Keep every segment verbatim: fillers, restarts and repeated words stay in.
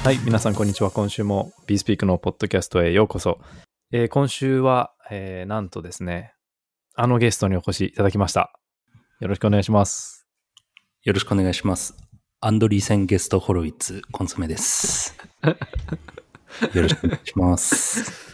はい、皆さんこんにちは。今週も BeSpeak のポッドキャストへようこそ。えー、今週は、えー、なんとですね、あのゲストにお越しいただきました。よろしくお願いします。 よろしくお願いします。アンドリーセンゲストホロウィッツコンソメです。よろしくお願いします。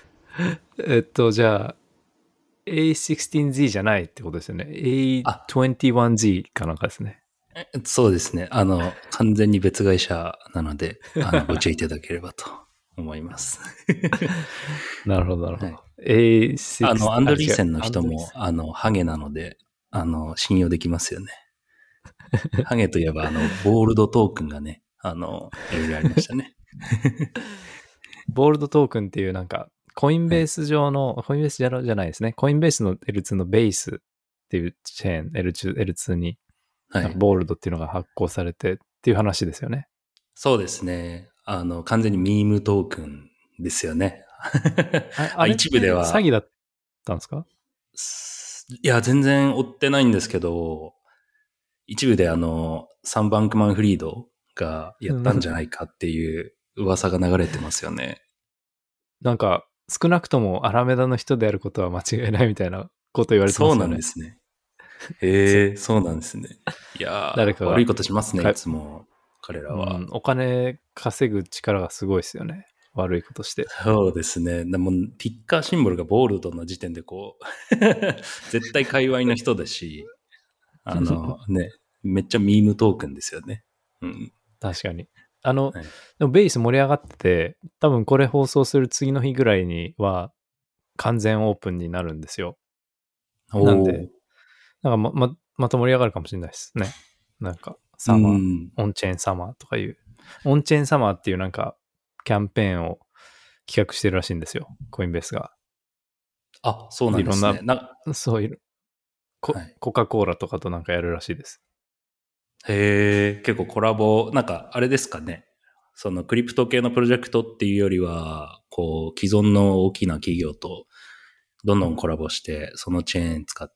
えっと、じゃあ、エーシックスティーンゼー じゃないってことですよね。エーにじゅういちゼー かなんかですね。 そうですね。あの、完全に別会社なので、あの、ご注意いただければと思います。 なるほど、なるほど。 はい、 エーシックスティーン、 あの、アンドリーセンのあ人も、あの、ハゲなので、あの、信用できますよね。ハゲといえば、あの、ボールドトークンがね、あの、いろいろありましたね。 ボールドトークンっていうなんか、コインベース上の、はい、コインベースじゃないですね。コインベースの エルツー のベースっていうチェーン、エルツー、エルツー に、はい、ボールドっていうのが発行されてっていう話ですよね。 そうですね。あの、完全にミームトークンですよね。 あ, あれって詐欺だったんですか？ いや、全然追ってないんですけど、一部であの、サンバンクマンフリードがやったんじゃないかっていう噂が流れてますよね。 なんか、少なくともアラメダの人であることは間違いないみたいなこと言われてますよね。 そうなんですね。へえ、そうなんですね。いやー、悪いことしますね、いつも、彼らは、うん。 お金稼ぐ力がすごいですよね。悪いことして。 そうですね。でも、ティッカーシンボルがボールドの時点でこう、絶対界隈の人だし、あのね、めっちゃミームトークンですよね。うん、 確かに。あの、はい、でもベース盛り上がってて、多分これ放送する次の日ぐらいには完全オープンになるんですよ。なんで、なんかま、ま、また盛り上がるかもしれないですね。なんか、サマー、オンチェーンサマーとかいう、オンチェーンサマーっていうなんか、キャンペーンを企画してるらしいんですよ。コインベースが。 あ、そうなんですね。 いろんな、そういう、コ、はい、コカ・コーラとかとなんかやるらしいです。 へえ、結構コラボ、なんかあれですかね。そのクリプト系のプロジェクトっていうよりは、こう、既存の大きな企業とどんどんコラボして、そのチェーン使って、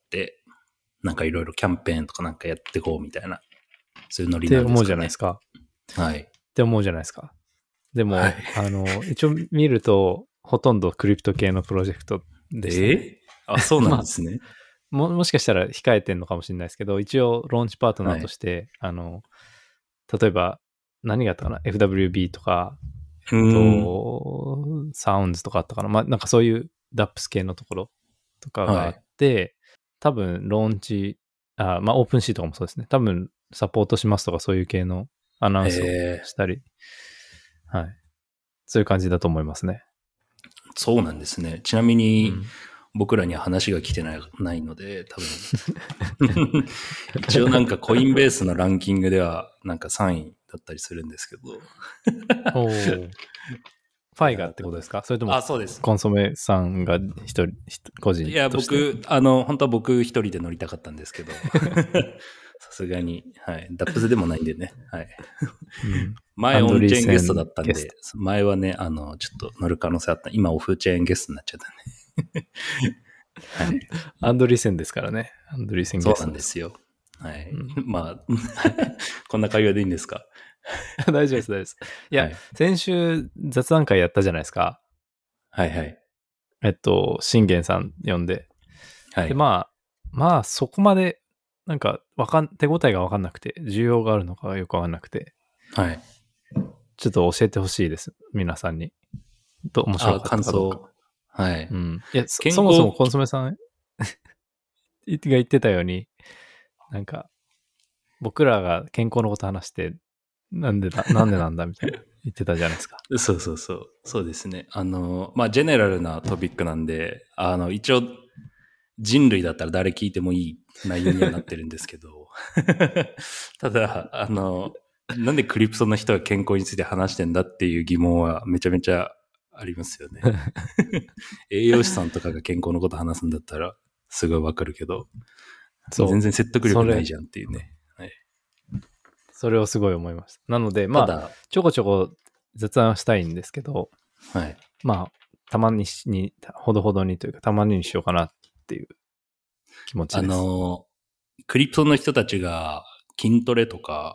なんかいろいろキャンペーンとかなんかやっていこうみたいな、そういうノリなんですかね。 って思うじゃないですか。 はい。 って思うじゃないですか。でも、はい、あの、一応見ると、ほとんどクリプト系のプロジェクトでしたね。 えー、あ、そうなんですね。 まあ、も, もしかしたら控えてんのかもしれないですけど、一応ローンチパートナーとして、はい、あの、例えば、何があったかな ?エフダブリュービー とか、えっと、サウンズとかあったかなまあ、なんかそういう ダップス 系のところとかがあって、はい、多分、ローンチ、あ、まあ、オープンシーとかもそうですね。多分、サポートしますとかそういう系のアナウンスをしたり、はい。そういう感じだと思いますね。 そうなんですね。ちなみに、うん、僕らには話が来てない、ないので、多分。一応なんかコインベースのランキングではなんかさんいだったりするんですけど。 おー。ファイガーってことですか？それとも、 あ、そうです。 コンソメさんが一人、個人として。 いや、僕、あの、本当は僕一人で乗りたかったんですけど。さすがに、はい。ダップスでもないんでね。はい。うん、前オンチェーンゲストだったんで、前はね、あの、ちょっと乗る可能性あった。今オフチェーンゲストになっちゃったね。 はい。アンドリーセンですからね。アンドリーセンゲスト。 そうなんですよ。はい。うん、まあ、こんな会話でいいんですか？ 大丈夫です、大丈夫です。いや、はい、先週雑談会やったじゃないですか。 はいはい。 えっと、信玄さん呼んで。 はい。 で、まあ、まあ、そこまで、なんか、わかん、手応えがわかんなくて、需要があるのかよくわかんなくて。 はい。 ちょっと教えてほしいです。皆さんに。と、面白かったかどうか。 はい。 うん。いや、そ, そもそもコンソメさんが言ってたように、なんか、僕らが健康のこと話して、なんでだ、なんでなんだみたいな言ってたじゃないですか。 そうそうそう。そうですね。あの、まあ、ジェネラルなトピックなんで、あの、一応、人類だったら誰聞いてもいい内容にはなってるんですけど、ただ、あの、なんでクリプトの人が健康について話してんだっていう疑問はめちゃめちゃありますよね。栄養士さんとかが健康のこと話すんだったらすごいわかるけど、全然説得力ないじゃんっていうね。はい、 それをすごい思いました。なので、まあ、ちょこちょこ雑談したいんですけど、 はい、 まあ、たまにに、ほどほどにというか、たまににしようかなっていう気持ちです。 あの、クリプトの人たちが筋トレとか、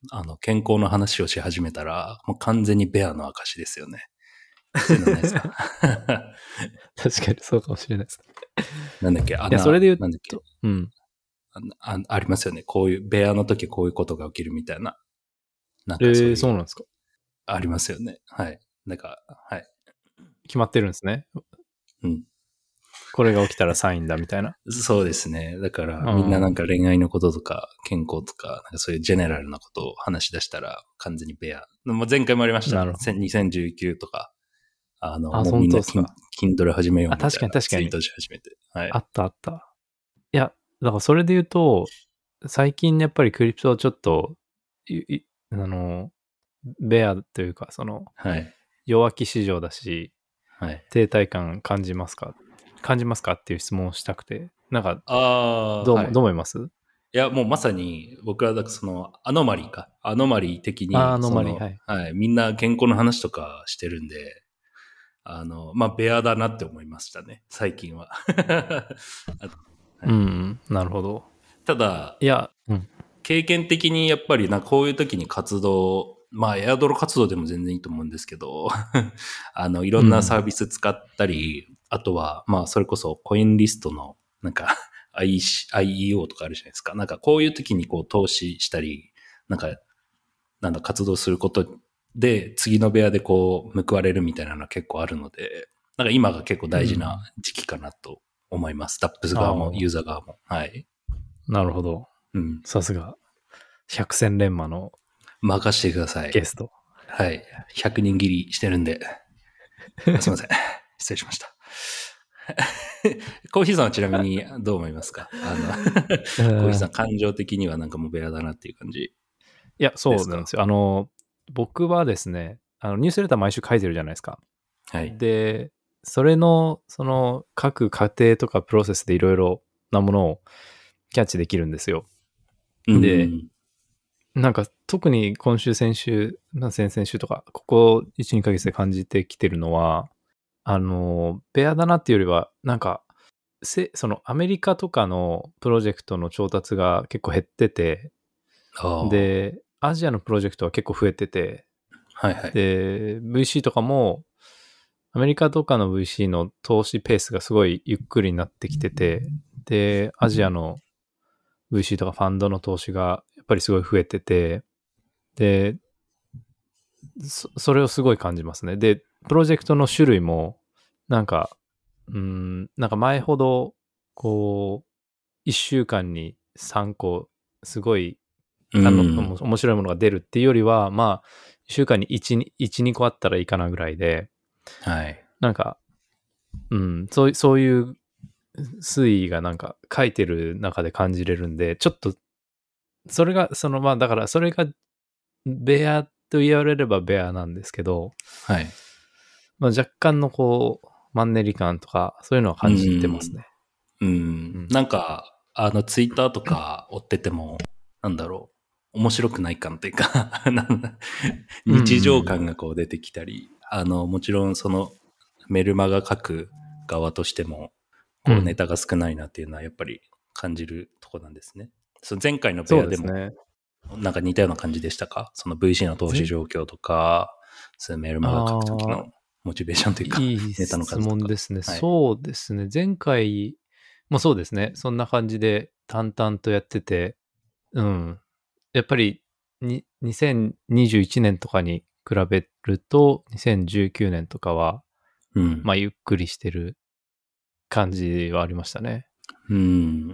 あの、健康の話をし始めたら、もう完全にベアの証ですよね。そういうのないですか？ 確かにそうかもしれないです。 なんだっけ、あんいや、それな、 で言うなんだっけ、 と、うん。 あ、あありますよね。こういう、ベアの時こういうことが起きるみたいな。なんえー、 かそういう、 そうなんですか。 ありますよね。はい。なんか、はい。 決まってるんですね。 うん。 これが起きたらサインだみたいな。 そうですね。だから、みんなうん。 なんか恋愛のこととか、健康とか、なんかそういうジェネラルなことを話し出したら、完全にベア。もう前回もありましたね。 なるほど。 にせんじゅうきゅうとか、あの、 あ、 もうみんな筋本当ですか。 筋トレ始めようあ、確かみたいに確かに。 なツイートし始めて。はい。 あったあった。いや、だからそれで言うと、最近やっぱりクリプトはちょっと、いいあの、ベアというか、その、 はい。 弱気市場だし、 はい。 停滞感感じますか感じますかっていう質問をしたくて、なんか、 ああ、 どうも、 はい。 どう思います？ いや、もうまさに、僕は、だからその、アノマリーか。アノマリー的あー、 に、 アノマリ、 その、 はい。 はい。みんな健康の話とかしてるんで、あの、まあ、ベアだなって思いましたね。最近は。はうい、 ん、なるほど。 ただ、 いや、うん。 経験的にやっぱりな、こういう時に活動、まあ、エアドロ活動でも全然いいと思うんですけど、あの、いろんなサービス使ったり、あとは、まあ、それこそコインリストの、なんか、アイイーオー とかあるじゃないですか。なんか、こういう時にこう、投資したり、なんか、なんだ、活動することで、次の部屋でこう、報われるみたいなのは結構あるので、なんか今が結構大事な時期かなと思います。ダップス側も、ユーザー側も。はい。 なるほど。 うん。 さすが、百戦錬磨の任してください。 ゲスト。 はい。ひゃくにん切りしてるんで。すいません。失礼しました。コーヒーさんはちなみにどう思いますか？あの、コーヒーさん感情的にはなんかもうベアだなっていう感じいや、 ですか？ そうなんですよ。あの、僕はですね、あのニュースレター毎週書いてるじゃないですか。 はい。 で、それの、その、各過程とかプロセスでいろいろなものをキャッチできるんですよ。 うで、 ん。 なんか特に今週、先週、まあ先々週とか、ここいち、にかげつで感じてきてるのは、あの、ベアだなっていうよりは、なんか、せそのアメリカとかのプロジェクトの調達が結構減ってて、 ああ。 で、アジアのプロジェクトは結構増えてて、 はいはい。 で、ブイシー とかも、アメリカとかの ブイシー の投資ペースがすごいゆっくりになってきてて、で、アジアの ブイシー とかファンドの投資がやっぱりすごい増えてて、で、そそれをすごい感じますね。で、プロジェクトの種類も、なんか、うーん、なんか前ほど、こう、いっしゅうかんにさんこ、すごい、 うあの、 ん。 面白いものが出るっていうよりは、まあ、いっしゅうかんにいち、にこあったらいいかなぐらいで、 はい。 なんか、うん、そう、そういう推移がなんか書いてる中で感じれるんで、ちょっと、それが、その、まあ、だから、それが、ベアと言われればベアなんですけど、 はい。 まあ、若干のこう、マンネリ感とか、そういうのはう感じてますん。 ね。 ううん。 ん。なんか、あの、ツイッターとか追ってても、なんだろう。面白くない感というかなんだ、 うん、 日常うん。 感がこう出てきたり、あの、もちろんそのメルマガ書く側としても、こうネうん。 タが少ないなっていうのはやっぱり感じるとこなんですね。その前回のベそうアでも、 ですね。 なんか似たような感じでしたか？その ブイシー の投資ぜ、 状況とか、そういうメールマガ書くときああ、 のモチベーションというか、 いいネタの質数とか。 問ですね。 はい。 そうですね。前回もそうですね。そんな感じで淡々とやってて、うん。やっぱりに、にせんにじゅういちねんとかに比べると、にせんじゅうきゅうねんとかは、 うん。 まあ、ゆっくりしてる感じはありましたね。 うん。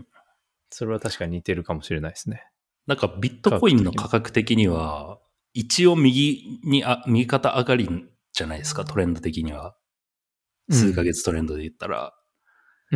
それは確かに似てるかもしれないですね。 なんかビット価コインの価格的にも。 格的には、一応右に、あ、右肩上がりじゃないですか、トレンド的には。数ヶうん。 月トレンドで言ったら。 うん。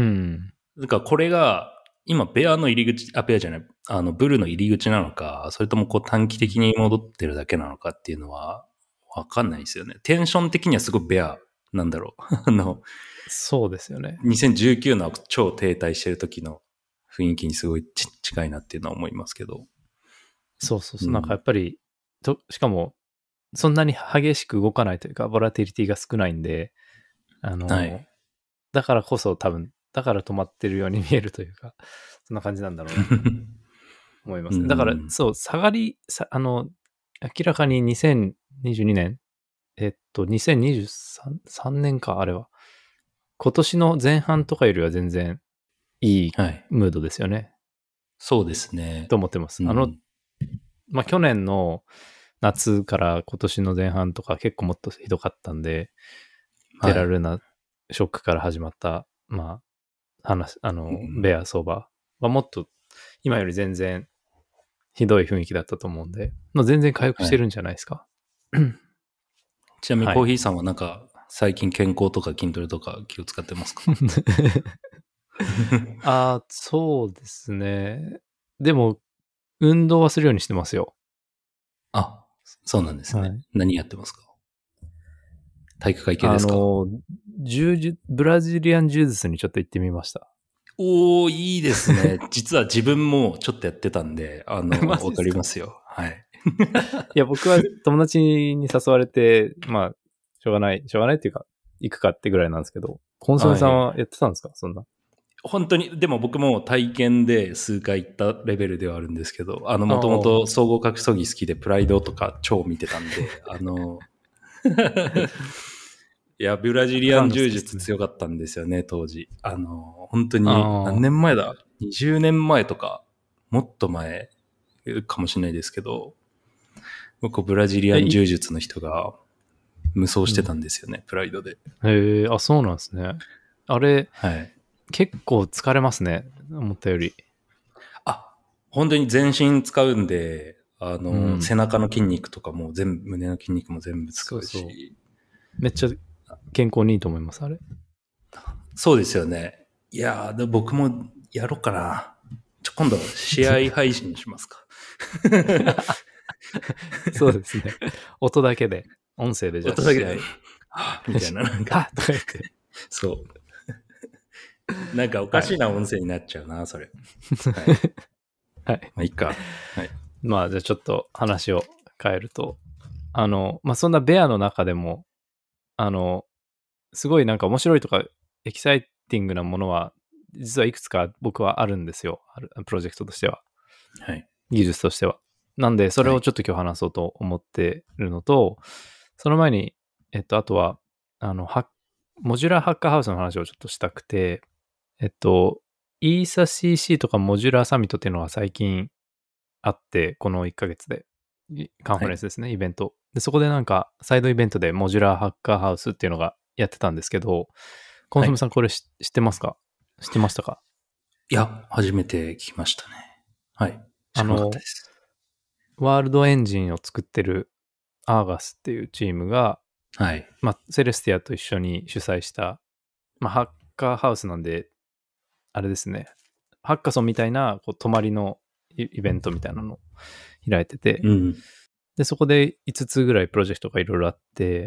だからこれが、今、ベアの入り口、あ、ベアじゃない、あの、ブルの入り口なのか、それともこう短期的に戻ってるだけなのかっていうのは、わかんないですよね。テンション的にはすごいベアなんだろう。あの、 そうですよね。 にせんじゅうきゅうの超停滞してる時の雰囲気にすごいち近いなっていうのは思いますけど。 そうそうそう。なんかやうん。 っぱり、と、しかも、そんなに激しく動かないというか、ボラティリティが少ないんで、あの、 はい。 だからこそ多分、だから止まってるように見えるというか、そんな感じなんだろうなと思いまうすね。だから、 ん。 そう、下がり、さあの、 明らかににせんにじゅうにねん、えっと、にせんにじゅうさんねんか、あれは。今年の前半とかよりは全然いいムードですよね。はい、 そうですね。 と思ってます。うん、あの、まあ、去年の夏から今年の前半とか結構もっとひどかったんで、はい、テラルーナショックから始まった、まあ、話、あの、うん、ベア相場はもっと今より全然ひどい雰囲気だったと思うんで、まあ、全然回復してるんじゃないですか。はい、 ちなみにコーヒーさんはなんか最近健康とか筋トレとか気を使ってますか？ あ、そうですね。でも、運動はするようにしてますよ。 あ、そうなんですね。はい、何やってますか？体育会系ですか？ あの、柔術、ブラジリアン柔術にちょっと行ってみました。 おー、いいですね。実は自分もちょっとやってたんで、あの、わかりますよ。はい。 いや、僕は友達に誘われて、まあ、しょうがない、しょうがないっていうか、行くかってぐらいなんですけど、コンソメさんはやってたんですか、はい、そんな。 本当に、でも僕も体験で数回行ったレベルではあるんですけど、あの、もともと総合格闘技好きでプライドとか超見てたんで、あの、いや、ブラジリアン柔術強かったんですよね、当時。あの、本当に何年前だ ?にじゅう 年前とか、もっと前かもしれないですけど、僕ブラジリアン柔術の人が無双してたんですよね、プライドで。 へえ、あ、そうなんですね。あれ、 はい、 結構疲れますね、思ったより。 あ、本当に全身使うんで、あの、うん、背中の筋肉とかも全部、胸の筋肉も全部使うし。そうそう、 めっちゃ健康にいいと思います、あれ。 そうですよね。いやー、で僕もやろうかな。ちょ、今度試合配信しますか。 そうですね。音だけで、音声でじゃあ試合。 みたいな、なんか。 とか言って。 そう。なんかおかしいな音声になっちゃうな、はい、それ。はい。 はい。 まあ、いいか。はい。 まあ、じゃあちょっと話を変えると、あの、まあ、そんなベアの中でも、あの、すごいなんか面白いとか、エキサイティングなものは、実はいくつか僕はあるんですよ。プロジェクトとしては。 はい。 技術としては。なんで、それをちょっと今日話そうと思ってるのと、はい、その前に、えっと、あとは、あの、モジュラーハッカーハウスの話をちょっとしたくて、えっと、イーサ シーシー とかモジュラーサミットっていうのが最近あって、このいっかげつで、カンファレンスですね、はい、イベント。で、そこでなんか、サイドイベントでモジュラーハッカーハウスっていうのがやってたんですけど、コンソメさんこれ、はい、知ってますか？知ってましたか？ いや、初めて聞きましたね。はい。知らなかったです。 ワールドエンジンを作ってるアーガスっていうチームが、 はい。 まあ、セレスティアと一緒に主催した、まあ、ハッカーハウスなんで、あれですね、ハッカソンみたいな、こう、泊まりのイベントみたいなのを開いてて、 うん、 で、そこでいつつぐらいプロジェクトがいろいろあって、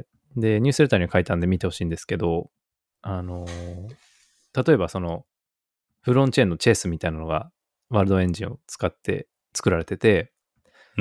で、ニュースレターに書いたんで見てほしいんですけど、あのー、例えばその、フロンチェーンのチェスみたいなのが、ワールドエンジンを使って作られてて、 うん、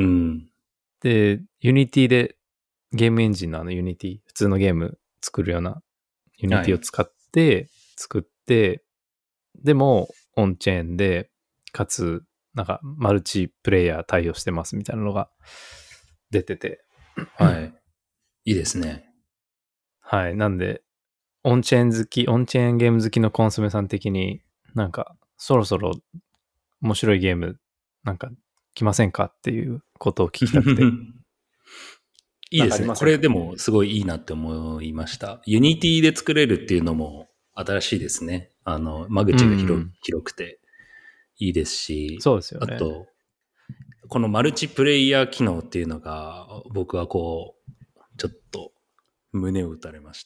で、ユニティで、ゲームエンジンのあのユニティ、普通のゲーム作るようなユニティを使って作って、はい、でもオンチェーンで、かつ、なんかマルチプレイヤー対応してますみたいなのが出てて。 はい。いいですね。 はい。なんで、オンチェーン好き、オンチェーンゲーム好きのコンソメさん的になんか、そろそろ面白いゲームなんか来ませんかっていうことを聞きたくて。 いいですね。これでもすごいいいなって思いました。ユニティで作れるっていうのも新しいですね。あの、間口が広、うん、広くていいですし。 そうですよね。 あと、このマルチプレイヤー機能っていうのが僕はこう、ちょっと胸を打たれました。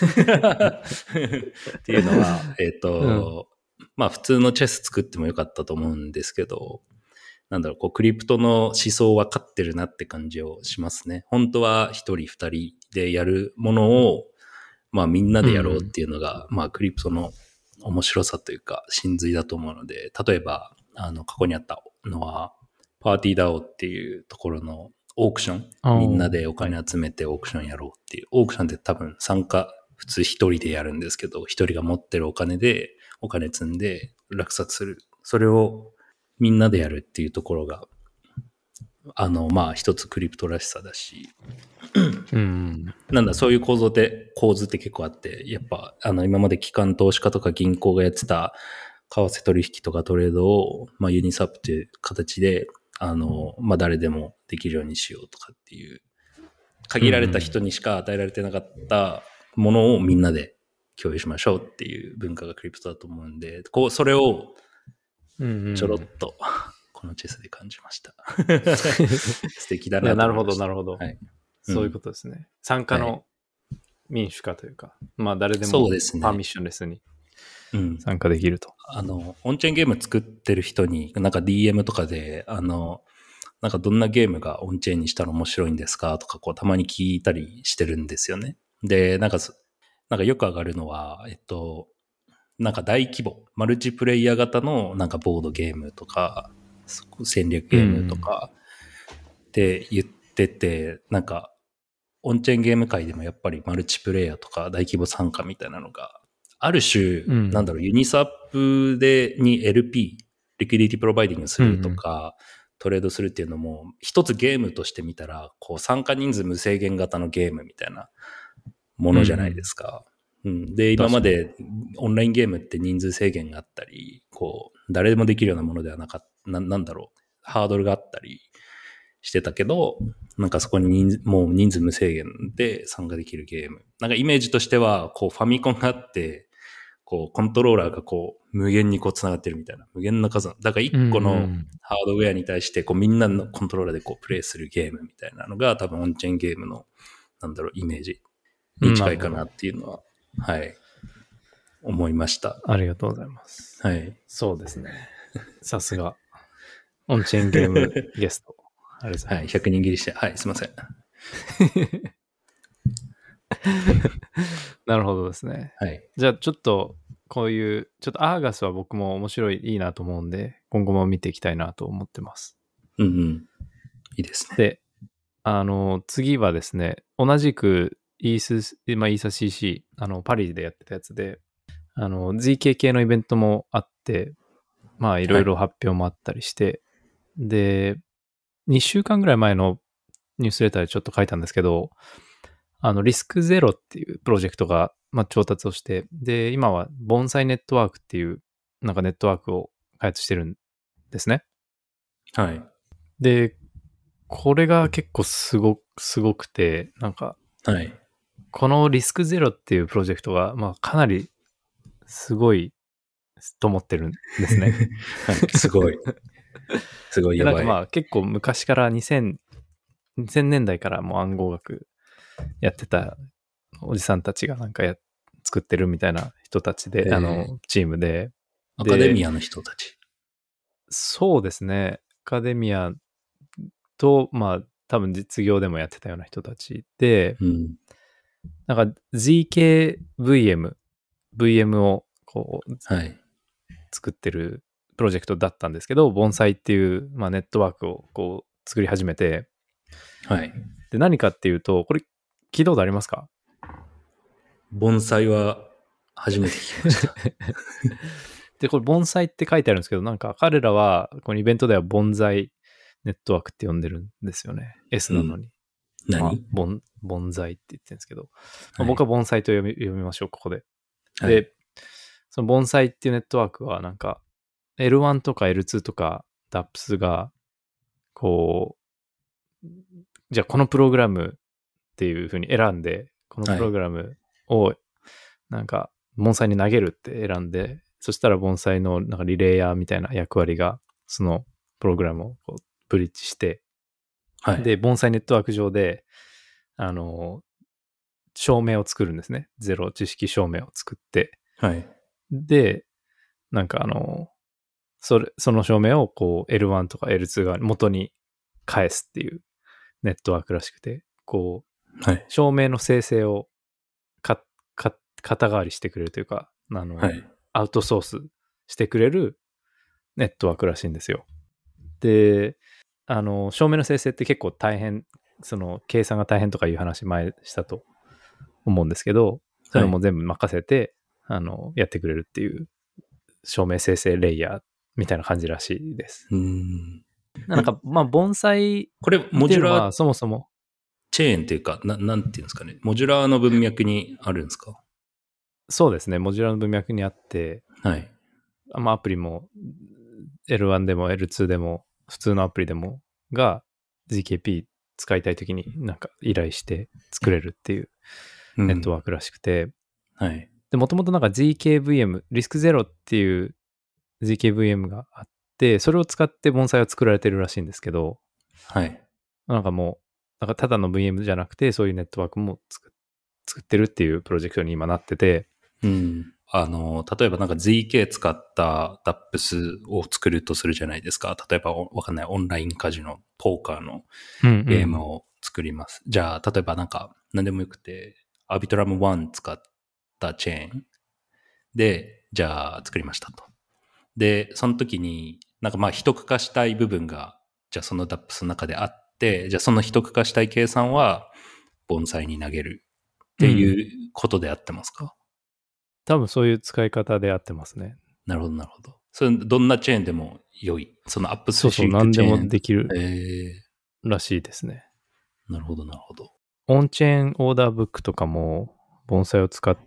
っていうのは、えっと、うん、まあ普通のチェス作ってもよかったと思うんですけど、なんだろう、こう、クリプトの思想分かってるなって感じをしますね。本当は一人二人でやるものを、まあみんなでやろうっていうのが、うん、まあクリプトの面白さというか、真髄だと思うので、例えば、あの、過去にあったのは、パーティーダオっていうところのオークション、みんなでお金集めてオークションやろうっていう、オークションって多分参加、普通一人でやるんですけど、一人が持ってるお金でお金積んで落札する。それをみんなでやるっていうところがあの、まあ一つクリプトらしさだし、 うん。 なんだ、そういう構造で、構図って結構あって、やっぱ、あの、今まで機関投資家とか銀行がやってた為替取引とかトレードを、まあユニサップという形で、あの、まあ誰でもできるようにしようとかっていう、限られた人にしか与えられてなかったものをみんなで共有しましょうっていう文化がクリプトだと思うんで、こう、それをちょろっと、このチェスで感じました。素敵だなと思いました。 なるほど、なるほど。 はい。 そういうことですね。参加の民主化というか、はい、まあ誰でもパーミッションレスに参加できると。 うん、あの、オンチェーンゲーム作ってる人に、なんか ディーエム とかで、あの、なんかどんなゲームがオンチェーンにしたら面白いんですかとか、こうたまに聞いたりしてるんですよね。で、なんか、なんかよく上がるのは、えっと、なんか大規模、マルチプレイヤー型のなんかボードゲームとか、戦略ゲームとかって言ってて、なんか、オンチェーンゲーム界でもやっぱりマルチプレイヤーとか大規模参加みたいなのが、ある種、うん、なんだろう、ユニサップでに エルピー、リクイディティプロバイディングするとか、うんうん、トレードするっていうのも、一つゲームとして見たら、こう参加人数無制限型のゲームみたいなものじゃないですか。うんうん、で、今までオンラインゲームって人数制限があったり、こう、誰でもできるようなものではなかった、な、なんだろう、ハードルがあったりしてたけど、なんかそこに人数、もう人数無制限で参加できるゲーム。なんかイメージとしては、こうファミコンがあって、こうコントローラーがこう無限にこう繋がってるみたいな。無限の数の。だから一個のハードウェアに対してこうみんなのコントローラーでこうプレイするゲームみたいなのが多分オンチェーンゲームのなんだろうイメージに近いかなっていうのは、はい、思いました。 ありがとうございます。 はい。 そうですね。さすが。オンチェーンゲームゲスト。ありがとうございます。 はい、ひゃくにん切りして、はい、すいません。 なるほどですね。 はい。 じゃあちょっとこういう、ちょっとアーガスは僕も面白い、いいなと思うんで、今後も見ていきたいなと思ってます。 うんうん。いいですね。 で、あの、次はですね、同じくイース、まあ、イーサ シーシー、あの、パリでやってたやつで、あの、ゼッケー 系のイベントもあって、まあ、いろいろ発表もあったりして、はい、で、にしゅうかんぐらい前のニュースレターでちょっと書いたんですけど、あの、リスクゼロっていうプロジェクトが、まあ、調達をして、で、今は盆栽ネットワークっていう、なんかネットワークを開発してるんですね。 はい。 で、これが結構すごく、すごくて、なんか、 はい。 このリスクゼロっていうプロジェクトが、まあ、かなりすごいと思ってるんですね。 はい、すごい。すごいやばい。 なんかまあ結構昔からにせん、にせんねんだいからもう暗号学やってたおじさんたちがなんかや作ってるみたいな人たちで、あの、チームで。 アカデミアの人たち。 そうですね。アカデミアと、まあ、多分実業でもやってたような人たちで、 うん、 なんか ゼッケーブイエム、ブイエム をこう、 はい、 作ってるプロジェクトだったんですけど、盆栽っていう、まあ、ネットワークをこう作り始めて、 はい。 で、何かっていうと、これ聞いたことありますか？ 盆栽は初めて聞きました。 で、これ盆栽って書いてあるんですけど、なんか彼らは、このイベントでは盆栽ネットワークって呼んでるんですよね。S なのに。 うん、何、 まあ、盆、盆栽って言ってるんですけど、まあ、僕は盆栽と読み、読みましょう、ここで。 はい、 で、その盆栽っていうネットワークはなんか エルワン とか エルツー とか ダップス がこう、じゃあこのプログラムっていう風に選んで、このプログラムをなんか盆栽に投げるって選んで、はい、そしたら盆栽のなんかリレイヤーみたいな役割がそのプログラムをこうブリッジして、はい、で、盆栽ネットワーク上で、あの、証明を作るんですね。ゼロ知識証明を作って。 はい。 で、なんかあの、それ、その証明をこう エルワン とか エルツー が元に返すっていうネットワークらしくて、こう、はい、証明の生成をか、か、肩代わりしてくれるというか、あの、はい、アウトソースしてくれるネットワークらしいんですよ。で、あの、証明の生成って結構大変、その、計算が大変とかいう話前したと思うんですけど、それも全部任せて、はい、あの、やってくれるっていう証明生成レイヤーみたいな感じらしいです。 うんなんか、まあ、盆栽これ、モジュラーそもそも。 チェーンっていうか、ななんていうんですかね。モジュラーの文脈にあるんですか？ そうですね。モジュラーの文脈にあって、 はい。 まあ、アプリも エルワン でも エルツー でも普通のアプリでもが ジーケーピー 使いたいときになんか依頼して作れるっていうネットワークらしくて、 うん、はい。 で、もともとなんか ジーケーブイエム、リスクゼロっていう ジーケーブイエム があって、それを使って盆栽は作られてるらしいんですけど、 はい。 なんかもう、なんかただの ブイエム じゃなくて、そういうネットワークも作作ってるっていうプロジェクトに今なってて、 うん。あの、例えばなんか ジーケー 使った ダップス を作るとするじゃないですか。例えばわかんないオンラインカジノ、ポーカーのゲームを作ります。うんうん、じゃあ、例えばなんか何でもよくて、アービトラムワン使ったチェーンで、じゃあ作りましたと。で、その時になんかまあ秘匿化したい部分が、じゃあその ダップス の中であって、じゃあその秘匿化したい計算は盆栽に投げるっていうことであってますか？うん、 多分そういう使い方で合ってますね。 なるほど、なるほど。それ、どんなチェーンでも良い。そのアップスペシフィッそうそう、何でクチェーン。 もできるえらしいですね。 ー、なるほど、なるほど。 オンチェーンオーダーブックとかも盆栽を使って、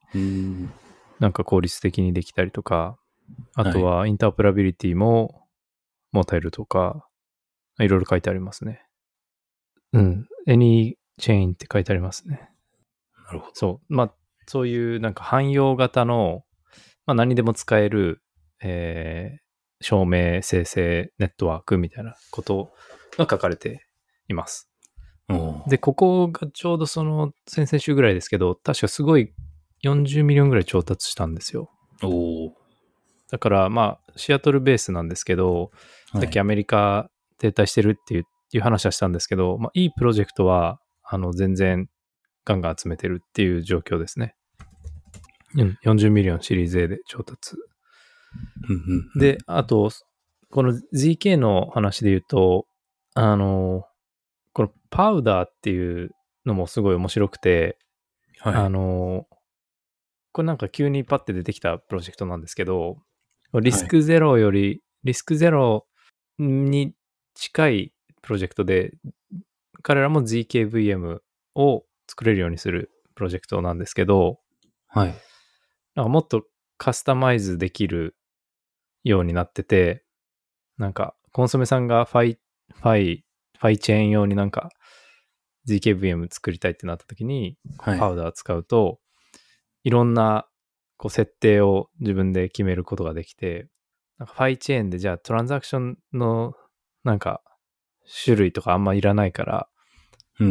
うんなんか効率的にできたりとか、あとはインターオペラビリティも持てるとか、いろいろ書いてありますね。うん。any chain って書いてありますね。 なるほど。 そう。まあ、そういうなんか汎用型の、まあ何でも使える、えー、証明生成ネットワークみたいなことが書かれています。で、ここがちょうどその先々週ぐらいですけど、確かすごいよんじゅうミリオンぐらい調達したんですよ。 おだからまあ、シアトルベースなんですけど、さっきアメリカ停滞してるっていう、いう話はしたんですけど、まあ、いいプロジェクトは、あの、全然ガンガン集めてるっていう状況ですね。うん、よんじゅうミリオンシリーズ A で調達。で、あと、この ジーケー の話で言うと、あの、このパウダーっていうのもすごい面白くて、はい、あの、これなんか急にパッて出てきたプロジェクトなんですけど、リスクゼロより、はい、リスクゼロに近いプロジェクトで、彼らも ジーケーブイエム を作れるようにするプロジェクトなんですけど、 はい。 なんかもっとカスタマイズできるようになってて、なんかコンソメさんがファイ、ファイ、ファイチェーン用になんか ジーケーブイエム 作りたいってなった時に、パウダー使うと、はい、いろんなこう設定を自分で決めることができて、なんかファイチェーンでじゃあトランザクションのなんか種類とかあんまいらないから、 うん、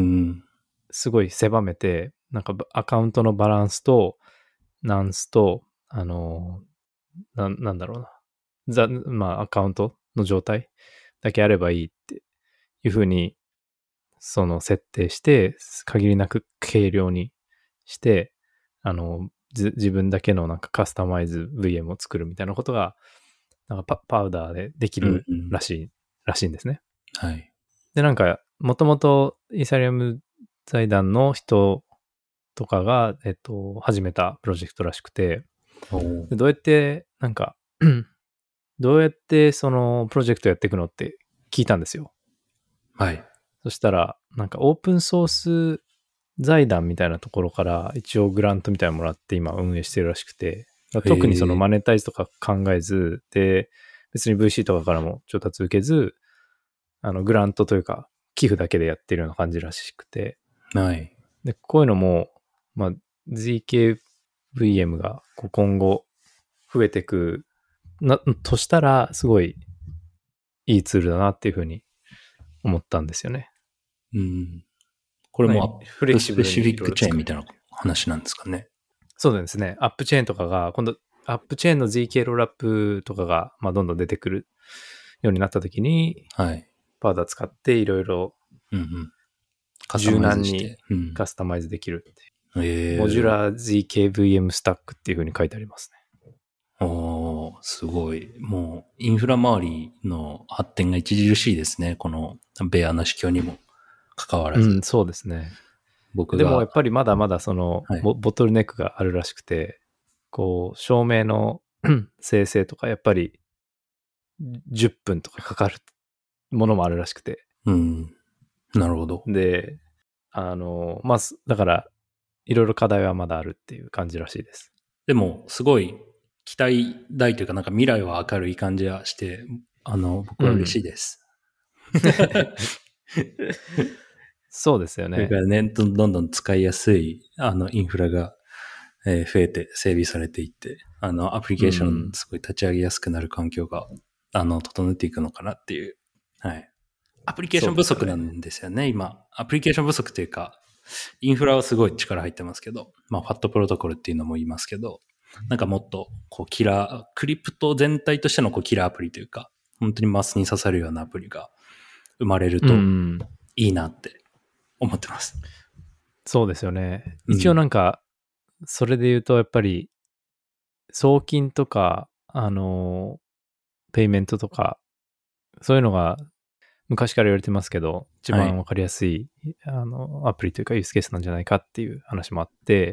すごい狭めて、なんかアカウントのバランスと、ナンスと、あの、な、なんだろうな。ざ、まあアカウントの状態だけあればいいっていう風に、その設定して、限りなく軽量にして、あの、自分だけのなんかカスタマイズ ブイエム を作るみたいなことが、なんか パ, パウダーでできるらしい、うんうん、らしいんですね。 はい。で、 なんか、もともとイーサリアム財団の人とかが、えっと、始めたプロジェクトらしくて、でどうやって、なんか、どうやってそのプロジェクトやっていくのって聞いたんですよ。 はい。 そしたら、なんかオープンソース財団みたいなところから一応グラントみたいなのもらって今運営してるらしくて、特にそのマネタイズとか考えず、で、別に ブイシー とかからも調達受けず、あの、グラントというか、寄付だけでやってるような感じらしくて。 はい。 で、こういうのも、まあ、ジーケーブイエム が今後増えてくな、としたら、すごいいいツールだなっていうふうに思ったんですよね。 うん。これもフレキシブルにスペシフィックチェーンみたいな話なんですかね。 そうですね。アップチェーンとかが、今度、アップチェーンの ジーケー ロールアップとかが、まあ、どんどん出てくるようになったときに、 はい。 パウダー使っていろいろ、柔軟にカスタマイズできるって。うんえー、モジュラー ジーケーブイエム スタックっていうふうに書いてありますね。 おー、すごい。もう、インフラ周りの発展が著しいですね。この、ベアな市況にも関わらず。 うん、そうですね。 僕が。 でもやっぱりまだまだその、はい、ボ, ボトルネックがあるらしくて、こう、証明の生成とかやっぱりじゅっぷんとかかかるものもあるらしくて。 うん。なるほど。 で、あの、まあ、だから、いろいろ課題はまだあるっていう感じらしいです。 でも、すごい期待大というか、なんか未来は明るい感じがして、あの、僕は嬉しいです。 うん、そうですよね。 それからね、どんどん使いやすい、あの、インフラが、えー、増えて整備されていって、あの、アプリケーションすごい立ち上げやすくなる環境が、あの、整っていくのかなっていう。はい。アプリケーション不足なんですよね、今。アプリケーション不足というか、インフラはすごい力入ってますけど、まあ、ファットプロトコルっていうのも言いますけど、なんかもっと、こう、キラー、クリプト全体としてのこうキラーアプリというか、本当にマスに刺さるようなアプリが生まれるといいなって思ってます。うん、 そうですよね。一応なんか、それで言うと、やっぱり、送金とか、あの、ペイメントとか、そういうのが昔から言われてますけど、一番わかりやすい、はい、あの、アプリというかユースケースなんじゃないかっていう話もあって、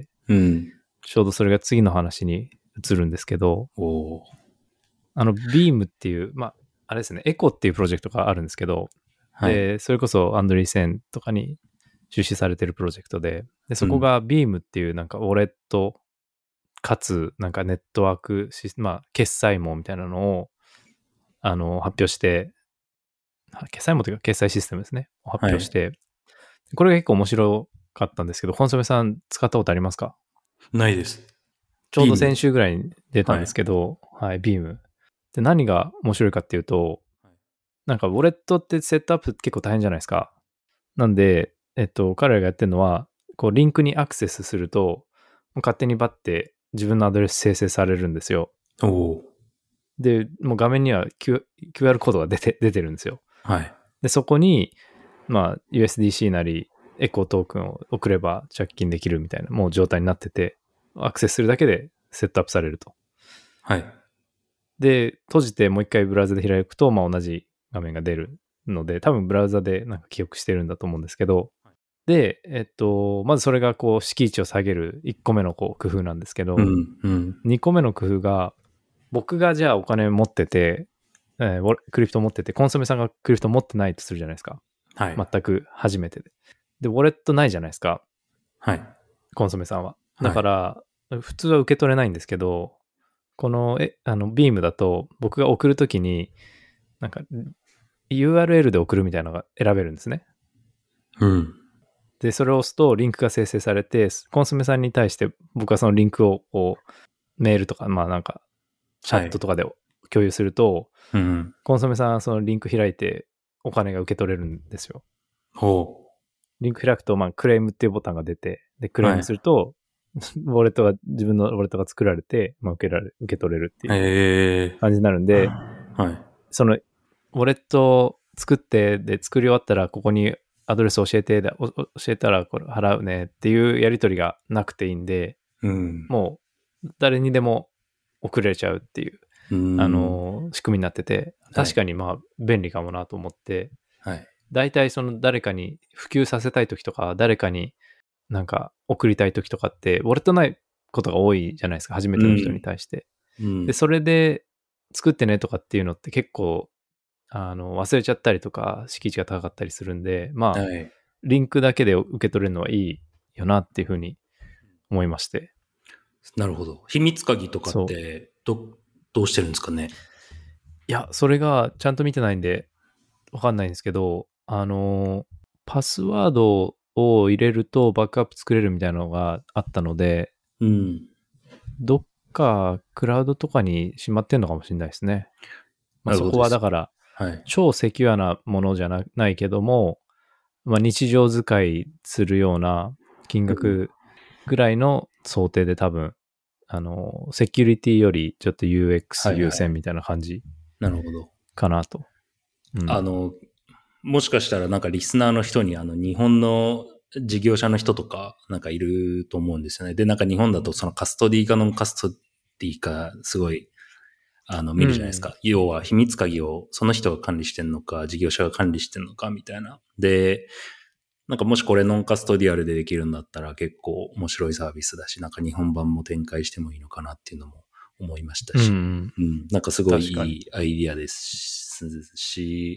うん、 ちょうどそれが次の話に移るんですけど、 おあの、ビームっていう、まあ、あれですね、エコっていうプロジェクトがあるんですけど、はい、で、それこそアンドリーセンとかに出資されてるプロジェクトで、で、そこがビームっていうなんかウォレットかつなんかネットワークシス、まあ、決済網みたいなのを、あの、発表して、決済網というか決済システムですね、を発表して、はい、これが結構面白かったんですけど、コンソメさん使ったことありますか？ ないです。 ちょうど先週ぐらいに出たんですけど、はい、はい、ビーム。で、何が面白いかっていうと、なんかウォレットってセットアップ結構大変じゃないですか。なんで、えっと、彼らがやってるのは、こう、リンクにアクセスすると、勝手にバッて自分のアドレス生成されるんですよ。 おで、もう画面には Q、キューアール コードが出て、出てるんですよ。 はい。 で、そこに、まあ、ユーエスディーシー なり、エコートークンを送れば着金できるみたいな、もう状態になってて、アクセスするだけでセットアップされると。はい。で、閉じてもう一回ブラウザで開くと、まあ同じ画面が出るので、多分ブラウザでなんか記憶してるんだと思うんですけど、で、えっと、まずそれがこう敷地を下げるいっこめのこう工夫なんですけど、うんうん、にこめの工夫が、僕がじゃあお金持ってて、えー、クリプト持ってて、コンソメさんがクリプト持ってないとするじゃないですか。はい。全く初めてで。で、ウォレットないじゃないですか。はい。コンソメさんは。だから、はい、普通は受け取れないんですけど、この、え、あの、ビームだと、僕が送るときに、なんか、ユーアールエル で送るみたいなのが選べるんですね。うん。で、それを押すと、リンクが生成されて、コンソメさんに対して、僕はそのリンクを、こう、メールとか、まあなんか、チャットとかで共有すると、はい、うん、コンソメさんはそのリンク開いて、お金が受け取れるんですよ。ほう。リンク開くと、まあ、クレームっていうボタンが出て、で、クレームすると、はい、ウォレットが、自分のウォレットが作られて、まあ、受けられ、受け取れるっていう感じになるんで、はい。その、ウォレットを作って、で、作り終わったら、ここにアドレス教えて、教えたらこれ払うねっていうやり取りがなくていいんで、うん、もう、誰にでも送れちゃうっていう、うん、あの、仕組みになってて、確かにまあ、便利かもなと思って、はい。大体その誰かに普及させたいときとか、誰かになんか送りたいときとかって、ウォレットないことが多いじゃないですか、初めての人に対して。うん、で、それで作ってねとかっていうのって結構、あの、忘れちゃったりとか、敷地が高かったりするんで、まあ、はい、リンクだけで受け取れるのはいいよなっていうふうに思いまして。 なるほど。秘密鍵とかって、ど、どうしてるんですかね？ いや、それがちゃんと見てないんで、わかんないんですけど、あの、パスワードを入れるとバックアップ作れるみたいなのがあったので、うん、どっかクラウドとかにしまってんのかもしれないですね。まあ、そこはだから、はい、超セキュアなものじゃ な, ないけども、まあ、日常使いするような金額ぐらいの想定で多分、あの、セキュリティよりちょっと ユーエックス 優先みたいな感じかなと。 なるほど。 うん、 あの、もしかしたらなんかリスナーの人にあの日本の事業者の人とかなんかいると思うんですよね。で、なんか日本だとそのカストディかノンカストディかすごいあの見るじゃないですか。うん、要は秘密鍵をその人が管理してんのか事業者が管理してんのかみたいな。で、なんかもしこれノンカストディアルでできるんだったら結構面白いサービスだし、なんか日本版も展開してもいいのかなっていうのも思いましたし、うん、うん、なんかすごいいいアイディアですし、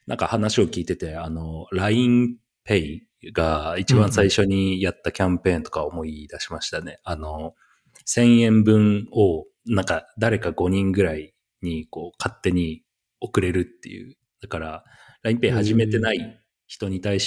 なんか話を聞いてて、あの、ライン Pay が一番最初にやったキャンペーンとか思い出しましたね。うん、あの、せんえんぶんを、なんか誰かごにんぐらいにこう勝手に送れるっていう。だから、ライン Pay 始めてない人に対して、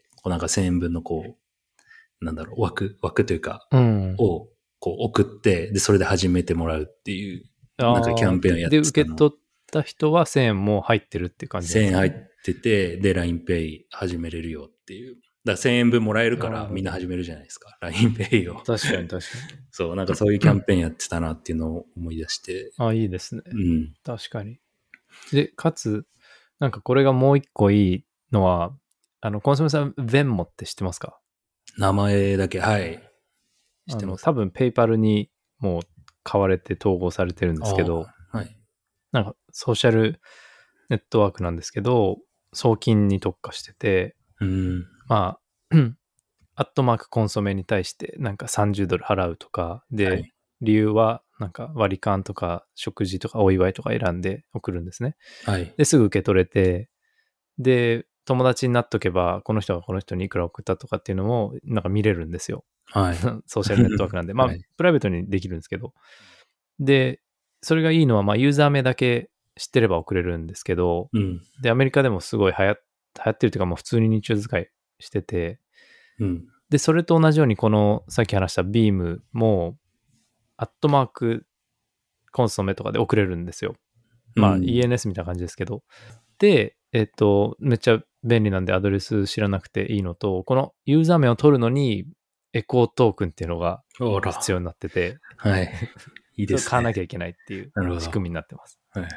こうなんかせんえんぶんのこう、なんだろう、枠、枠というか、うん、をこう送って、で、それで始めてもらうっていう、なんかキャンペーンをやってたの。 で、受け取った人はせんえんも入ってるっていう感じですか、ね、 せんえん入ってて、で、ライン Pay 始めれるよっていう。だからせんえんぶんもらえるからみんな始めるじゃないですか。ライン Pay を。 確かに確かに。 そう、なんかそういうキャンペーンやってたなっていうのを思い出して。 あ、いいですね。 うん。 確かに。で、かつ、なんかこれがもう一個いいのは、あの、コンソメさん、ベンモって知ってますか？ 名前だけ、はい。 知ってます。多分、ペイパルにもう買われて統合されてるんですけど、 はい。 なんか、ソーシャルネットワークなんですけど、送金に特化してて、 うん、 まあ、アットマークコンソメに対してなんかさんじゅうドル払うとか、で、はい、理由はなんか割り勘とか食事とかお祝いとか選んで送るんですね。 はい。 で、すぐ受け取れて、で、友達になっとけば、この人がこの人にいくら送ったとかっていうのもなんか見れるんですよ。 はい。 ソーシャルネットワークなんで。まあ、はい、プライベートにできるんですけど。で、それがいいのは、まあ、ユーザー名だけ知ってれば送れるんですけど、 うん、 で、アメリカでもすごい流行、流行ってるというか、もう普通に日常使いしてて、 うん、 で、それと同じように、この、さっき話した Beam も、アットマークコンソメとかで送れるんですよ。まあ、イーエヌエス みたいな感じですけど。で、えっと、めっちゃ便利なんでアドレス知らなくていいのと、このユーザー名を取るのに、エコートークンっていうのが必要になってて、 はい。いいですね。 買わなきゃいけないっていう仕組みになってます。 はい。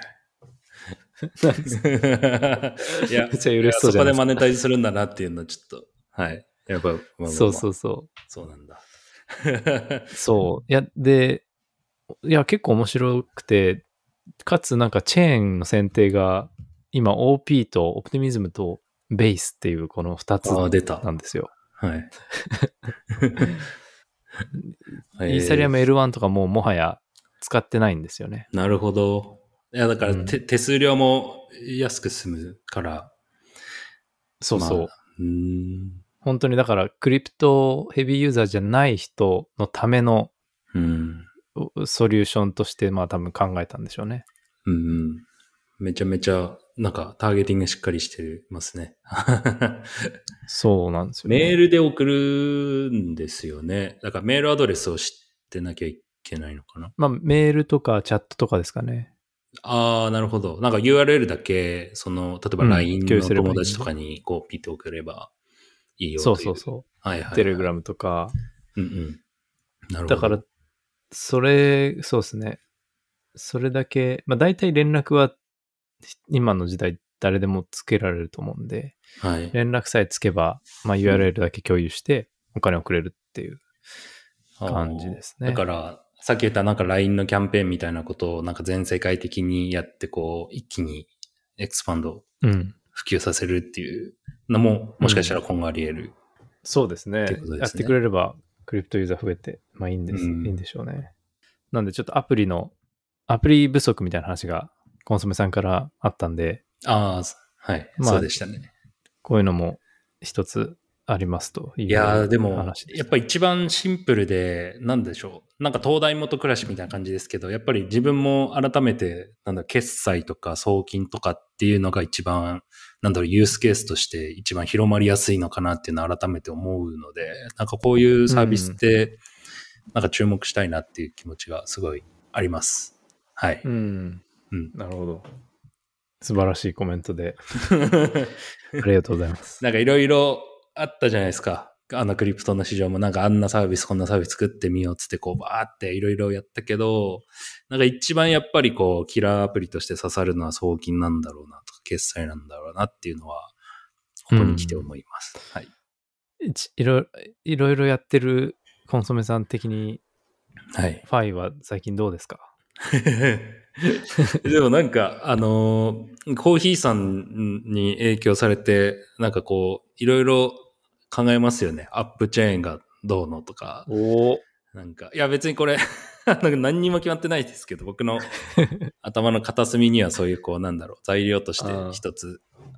いや、 めっちゃ嬉しそうじゃないですか。 そこでマネタイズするんだなっていうのはちょっと、はい。やっぱ、まあまあまあ、 そうそうそう。 そうなんだ。 そう。いや、で、いや、結構面白くて、かつなんかチェーンの選定が、今 オーピー とオプティミズムとベースっていうこのふたつなんですよ。 はい。 イーサリアム エルワン とかもうもはや使ってないんですよね。 なるほど。いや、だから、うん、手数料も安く済むから。 そうそう。まあ、 うーん本当にだからクリプトヘビーユーザーじゃない人のためのソリューションとしてまあ多分考えたんでしょうね。 うん。めちゃめちゃなんかターゲティングしっかりしてますね。 そうなんですよね。 メールで送るんですよね。だからメールアドレスを知ってなきゃいけないのかな。 まあメールとかチャットとかですかね。 ああ、なるほど。なんか ユーアールエル だけ、その、例えば ライン の友達とかにこうピッて送ればいいよという。 そうそうそう。 はいはい、はい。 テレグラムとか。 うんうん。なるほど。 だから、それ、そうですね。それだけ、まあ大体連絡は今の時代誰でもつけられると思うんで、 はい、 連絡さえつけば、まあ ユーアールエル だけ共有してお金をくれるっていう感じですね。 だから、さっき言ったなんか ライン のキャンペーンみたいなことをなんか全世界的にやってこう一気にエクスパンド普及させるっていうのももしかしたら今後あり得る、 うん、そうですね。 ってことですね。 やってくれればクリプトユーザー増えてまあいいんです、うん、いいんでしょうね。なんでちょっとアプリのアプリ不足みたいな話がコンソメさんからあったんで、 ああはい、まあ、そうでしたね。 こういうのも一つありますという話です。 いやーでも、やっぱり一番シンプルで、なんでしょう。なんか東大元暮らしみたいな感じですけど、やっぱり自分も改めて、なんだ、決済とか送金とかっていうのが一番、なんだろう、ユースケースとして一番広まりやすいのかなっていうのを改めて思うので、なんかこういうサービスって、なんか注目したいなっていう気持ちがすごいあります。はい。 うん。うん、なるほど。素晴らしいコメントで。ありがとうございます。 なんかいろいろあったじゃないですか。あのクリプトの市場もなんかあんなサービスこんなサービス作ってみようっつってこうバーっていろいろやったけど、なんか一番やっぱりこうキラーアプリとして刺さるのは送金なんだろうなとか決済なんだろうなっていうのはここに来て思います。うん、はい。 いろいろいろやってるコンソメさん的に、 はい。 ファイは最近どうですか？ でもなんか、あのー、コーヒーさんに影響されて、なんかこう、いろいろ考えますよね。アップチェーンがどうのとか。 おなんか、いや別にこれ、なんか何にも決まってないですけど、僕の頭の片隅にはそういうこう、なんだろう、材料として一つ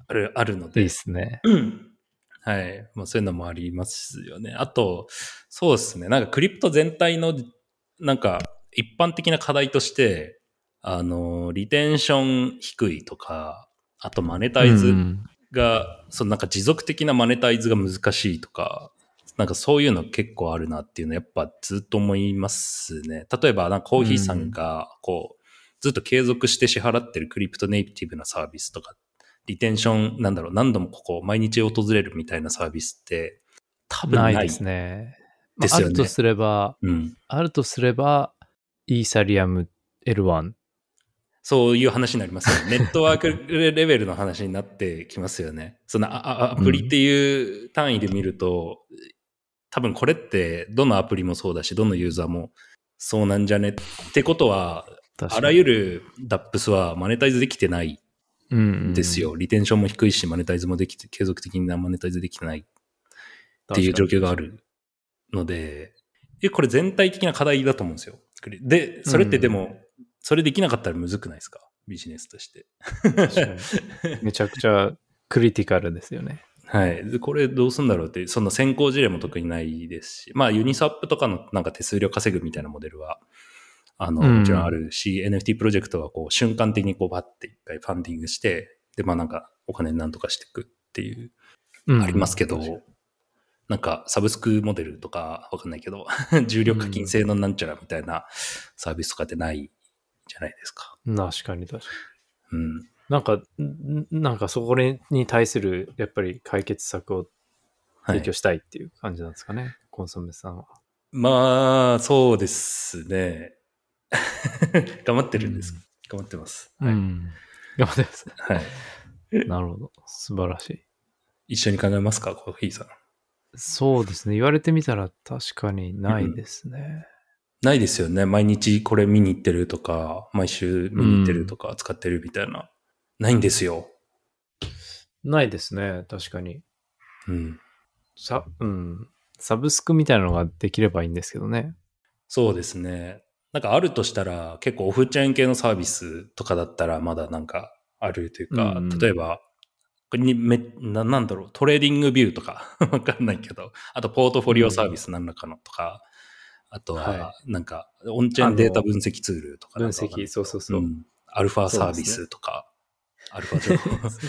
ある、あるので。 いいっすね。 はい。まあそういうのもありますよね。あと、そうですね。なんかクリプト全体の、なんか一般的な課題として、あの、リテンション低いとか、あとマネタイズが、うんうん、そのなんか持続的なマネタイズが難しいとか、なんかそういうの結構あるなっていうのはやっぱずっと思いますね。例えば、なんかコーヒーさんが、こう、ずっと継続して支払ってるクリプトネイティブなサービスとか、リテンション、なんだろう、何度もここ毎日訪れるみたいなサービスって多分ない。 ないですね。 ですよね。 まあ、あるとすれば、うん、あるとすれば、イーサリアム エルワン。 そういう話になりますよね。ネットワークレベルの話になってきますよね。そのアアプリっていう単位で見ると、うん、多分これってどのアプリもそうだし、どのユーザーもそうなんじゃねってことは、あらゆる ダップス はマネタイズできてないですよ。うんうん、リテンションも低いし、マネタイズもできて、継続的なマネタイズできてないっていう状況があるので、これ全体的な課題だと思うんですよ。で、それってでも、うん、それできなかったらむずくないですか？ビジネスとして。 確かに。めちゃくちゃクリティカルですよね。 はい。で、これどうすんだろうって、その先行事例も特にないですし、まあユニスワップとかのなんか手数料稼ぐみたいなモデルは、あの、もちろんあるし、うん、エヌエフティー プロジェクトはこう瞬間的にこうバッて一回ファンディングして、で、まあなんかお金なんとかしていくっていう、ありますけど、うん、なんかサブスクモデルとかわかんないけど、重量課金制のなんちゃらみたいなサービスとかってないじゃないですか。 確かに確かに。うん。 なんか、なんかそこに対するやっぱり解決策を提供したいっていう感じなんですかね、はい、コンソメさんは。 まあ、そうですね。頑張ってるんです。うん、頑張ってます。はい。うん、 頑張ってます。 はい。 なるほど。素晴らしい。 一緒に考えますか、コーヒーさん。 そうですね。言われてみたら確かにないですね。うん、 ないですよね。毎日これ見に行ってるとか、毎週見に行ってるとか、使ってるみたいな。うん、ないんですよ。 ないですね。確かに。 うん。 さ、うん。サブスクみたいなのができればいいんですけどね。 そうですね。なんかあるとしたら、結構オフチェーン系のサービスとかだったらまだなんかあるというか、うんうん、例えば、にめな、なんだろう、トレーディングビューとかわかんないけど、あとポートフォリオサービス何らかのとか、うん、あとは、なんか、オンチェーンデータ分析ツールとか分析、そうそうそう、うん。 アルファサービスとか、ね、アルファ情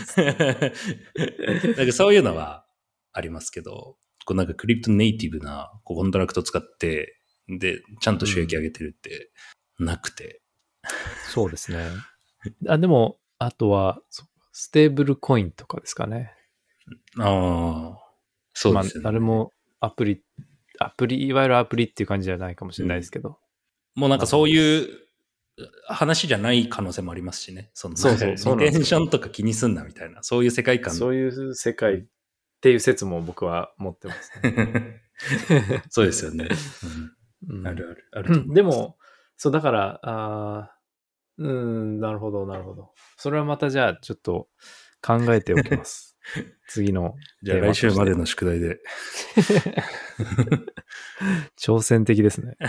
報。なんかそういうのはありますけど、こうなんかクリプトネイティブなこうコントラクト使って、で、ちゃんと収益上げてるってなくて。 うん、そうですね。あ、でも、あとは、ステーブルコインとかですかね。 ああ、そうですね。 まあ、あれもアプリ、アプリ、いわゆるアプリっていう感じじゃないかもしれないですけど。 うん、もうなんかそういう話じゃない可能性もありますしね。そのそうそうそう。 リテンションとか気にすんなみたいな、そういう世界観。 そういう世界っていう説も僕は持ってますね。 そうですよね。うん、あるある、あると思います。 でも、そうだから、あうん、なるほど、なるほど。それはまたじゃあちょっと考えておきます。次のじゃあ来週までの宿題で。 挑戦的ですね。わ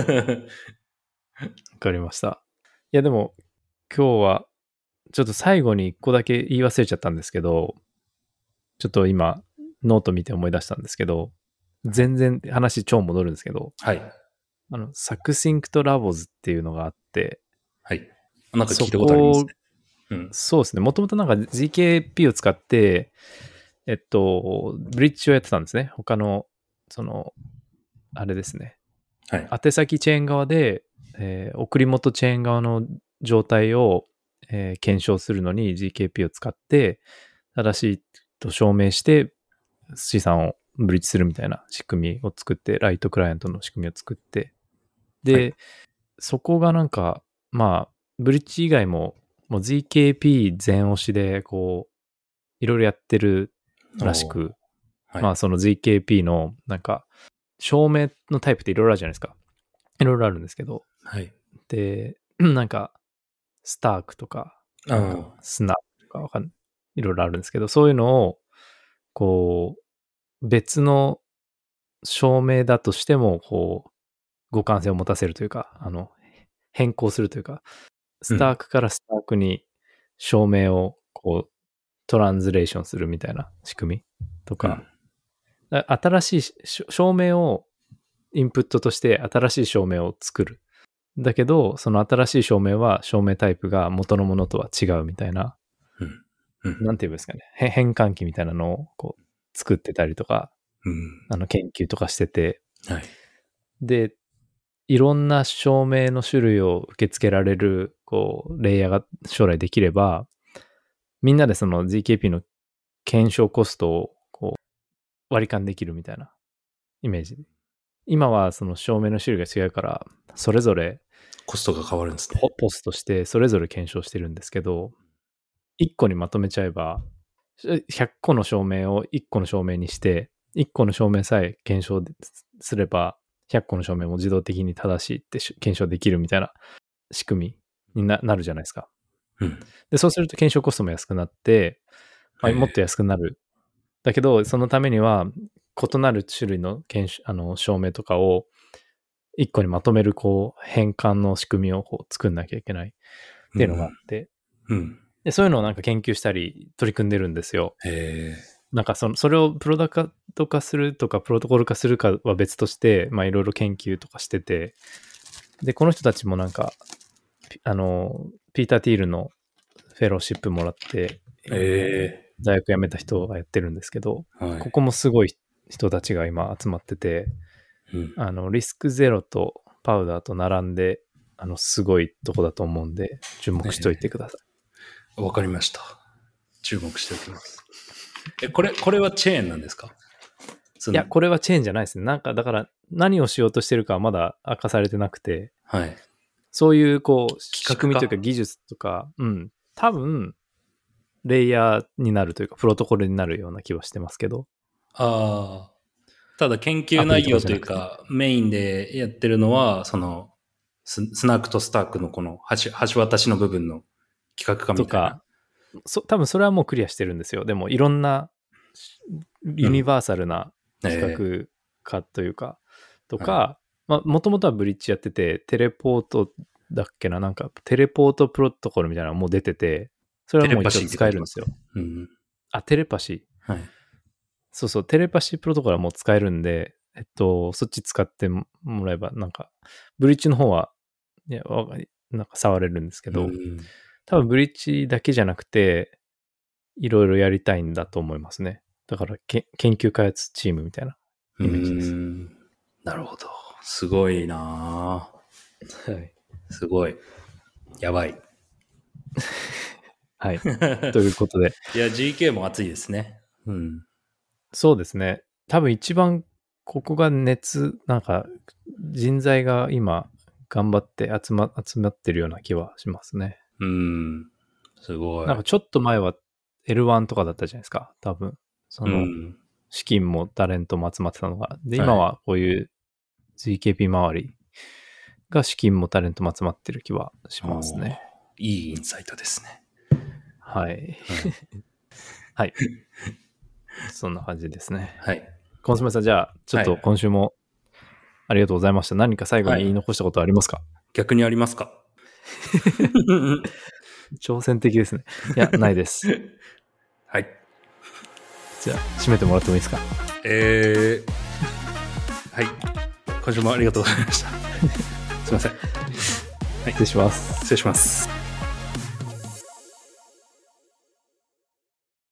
かりました。いやでも今日はちょっと最後に一個だけ言い忘れちゃったんですけど、ちょっと今ノート見て思い出したんですけど、全然話超戻るんですけど、 はい。 あの、サクシンクトラボズっていうのがあって、 はい。なんか聞いたことありますね。 うん、そうですね。もともとなんか ジーケーピー を使って、えっと、ブリッジをやってたんですね。他の、その、あれですね。 はい。 宛先チェーン側で、えー、送り元チェーン側の状態を、えー、検証するのに ジーケーピー を使って、正しいと証明して資産をブリッジするみたいな仕組みを作って、ライトクライアントの仕組みを作って、で、はい、そこがなんか、まあ、ブリッジ以外も、もう ジーケーピー 全押しで、こう、いろいろやってるらしく、はい、まあその ジーケーピー のなんか証明のタイプっていろいろあるじゃないですか。いろいろあるんですけど、 はい、 でなんかスタークとか、なんかスナップとかわかんない、いろいろあるんですけど、そういうのをこう別の証明だとしてもこう互換性を持たせるというか、あの変更するというか、スタークからスタークに証明をこうトランスレーションするみたいな仕組みとか、うん、新しい証明をインプットとして新しい証明を作る。だけど、その新しい証明は証明タイプが元のものとは違うみたいな、 うんうん、 なんていうんですかね、変換器みたいなのをこう作ってたりとか、 うん、 あの研究とかしてて、 はい、 で、いろんな証明の種類を受け付けられるこうレイヤーが将来できれば、みんなでその ジーケーピー の検証コストをこう割り勘できるみたいなイメージ。今はその証明の種類が違うから、それぞれコストが変わるんですね。 ポストしてそれぞれ検証してるんですけど、いっこにまとめちゃえば、ひゃっこの証明をいっこの証明にして、いっこの証明さえ検証すれば、ひゃっこの証明も自動的に正しいって検証できるみたいな仕組みに な, なるじゃないですか、 うん。 で、そうすると検証コストも安くなって、まあ、もっと安くなる。だけど、そのためには、異なる種類の検証、あの証明とかをいっこにまとめるこう変換の仕組みをこう作んなきゃいけないっていうのがあって、 うんうん、 でそういうのをなんか研究したり取り組んでるんですよ。 へー。 なんかそのそれをプロダクト化するとかプロトコル化するかは別として、まあいろいろ研究とかしてて、でこの人たちもなんかあのピーター・ティールのフェローシップもらって、 えー、大学辞めた人がやってるんですけど、 はい、 ここもすごい人たちが今集まってて、うん、あのリスクゼロとパウダーと並んで、あのすごいとこだと思うんで注目しておいてください。 わ、えー、かりました。注目しておきます。え、これこれはチェーンなんですか？ いや、これはチェーンじゃないですね。なんかだから何をしようとしてるかはまだ明かされてなくて、 はい、 そういうこう仕組みというか技術とか、うん、多分レイヤーになるというかプロトコルになるような気はしてますけど。 ああ、ただ研究内容というかメインでやってるのはそのス, スナークとスタークのこの 橋, 橋渡しの部分の企画化みたいなとか、 そ多分それはもうクリアしてるんですよ。でもいろんなユニバーサルな企画化というか、うん、とか、まあもともとはブリッジやってて、テレポートだっけな、なんかテレポートプロトコルみたいなのもう出てて、それはもう一応使えるんですよ。 うん、 あ、テレパシー、はい。 そうそう、テレパシープロトコルはもう使えるんで、えっと、そっち使ってもらえば、なんか、ブリッジの方は、いや、なんか触れるんですけど、うん、多分ブリッジだけじゃなくて、いろいろやりたいんだと思いますね。だからけ、研究開発チームみたいなイメージです。 うん、なるほど。すごいなぁ。はい。すごい。やばい。 はい。ということで。 いや、ジーケー も熱いですね。うん。 そうですね。多分一番ここが熱、なんか人材が今頑張って集ま、集まってるような気はしますね。 うん。すごい。 なんかちょっと前は エルワン とかだったじゃないですか。多分。その、資金もタレントも集まってたのが。で、今はこういう ジーケーピー 周りが資金もタレントも集まってる気はしますね。 いいインサイトですね。 はい。はい。そんな感じですね。 はい。 コンソメさん、じゃあ、ちょっと今週もありがとうございました。はい、何か最後に言い残したことはありますか？はい、 逆にありますか？ 挑戦的ですね。いや、ないです。 はい。 じゃあ、締めてもらってもいいですか？ えー、はい。今週もありがとうございました。すいません。はい、 失礼します。 失礼します。